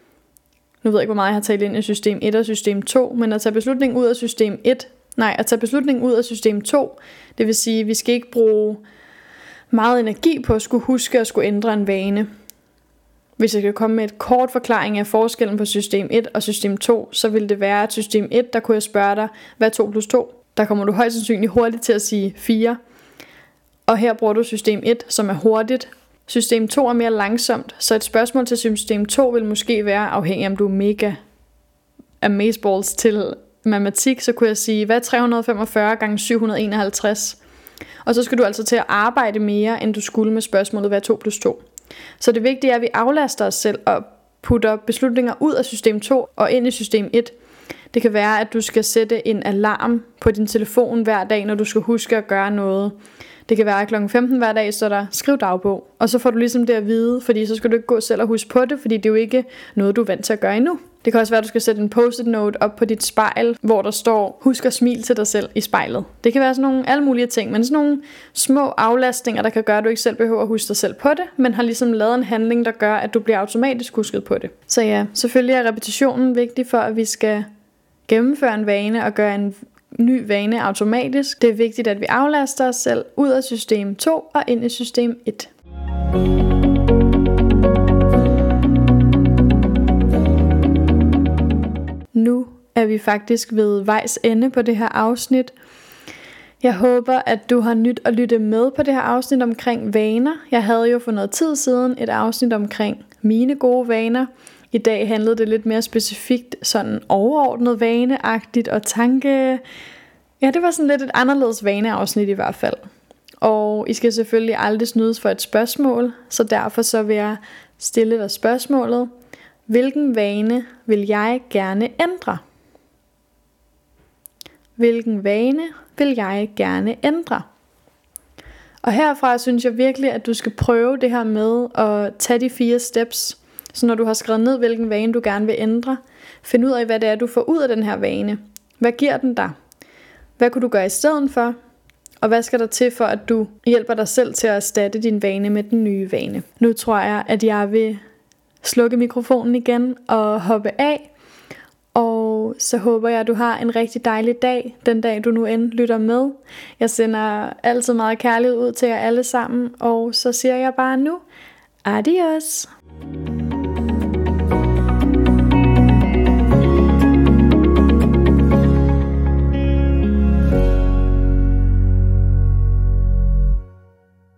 [SPEAKER 1] nu ved jeg ikke hvor meget jeg har talt ind i system et og system to, men at tage beslutningen ud af system et, nej, at tage beslutningen ud af system to, det vil sige at vi skal ikke bruge meget energi på at skulle huske at skulle ændre en vane. Hvis jeg skal komme med et kort forklaring af forskellen på system et og system to, så vil det være, at system et, der kunne jeg spørge dig, hvad er to plus to? Der kommer du højst sandsynligt hurtigt til at sige fire. Og her bruger du system et, som er hurtigt. System to er mere langsomt, så et spørgsmål til system to vil måske være, afhængig af om du er mega amazeballs til matematik, så kunne jeg sige, hvad er tre hundrede femogfyrre gange syv hundrede enoghalvtreds? Og så skal du altså til at arbejde mere, end du skulle med spørgsmålet, hvad er to plus to? Så det vigtige er, at vi aflaster os selv og putter beslutninger ud af system to og ind i system et. Det kan være, at du skal sætte en alarm på din telefon hver dag, når du skal huske at gøre noget. Det kan være, at klokken femten hver dag, så der skriv dagbog. Og så får du ligesom det at vide, fordi så skal du ikke gå selv og huske på det, fordi det er jo ikke noget, du er vant til at gøre endnu. Det kan også være, at du skal sætte en post-it note op på dit spejl, hvor der står, husk at smile til dig selv i spejlet. Det kan være sådan nogle alle mulige ting, men sådan nogle små aflastninger, der kan gøre, at du ikke selv behøver at huske dig selv på det, men har ligesom lavet en handling, der gør, at du bliver automatisk husket på det. Så ja, selvfølgelig er repetitionen vigtig for, at vi skal gennemføre en vane og gøre en ny vane automatisk. Det er vigtigt, at vi aflaster os selv ud af system to og ind i system et. Nu er vi faktisk ved vejs ende på det her afsnit. Jeg håber, at du har nyt at lytte med på det her afsnit omkring vaner. Jeg havde jo for noget tid siden et afsnit omkring mine gode vaner. I dag handlede det lidt mere specifikt, sådan overordnet vaneagtigt og tanke. Ja, det var sådan lidt et anderledes vaneafsnit i hvert fald. Og I skal selvfølgelig aldrig snydes for et spørgsmål, så derfor så vil jeg stille dig spørgsmålet. Hvilken vane vil jeg gerne ændre? Hvilken vane vil jeg gerne ændre? Og herfra synes jeg virkelig, at du skal prøve det her med at tage de fire steps. Så når du har skrevet ned, hvilken vane du gerne vil ændre, find ud af, hvad det er, du får ud af den her vane. Hvad giver den dig? Hvad kunne du gøre i stedet for? Og hvad skal der til for, at du hjælper dig selv til at erstatte din vane med den nye vane? Nu tror jeg, at jeg vil slukke mikrofonen igen og hoppe af. Og så håber jeg, at du har en rigtig dejlig dag, den dag du nu end lytter med. Jeg sender altid meget kærlighed ud til jer alle sammen, og så siger jeg bare nu, adios!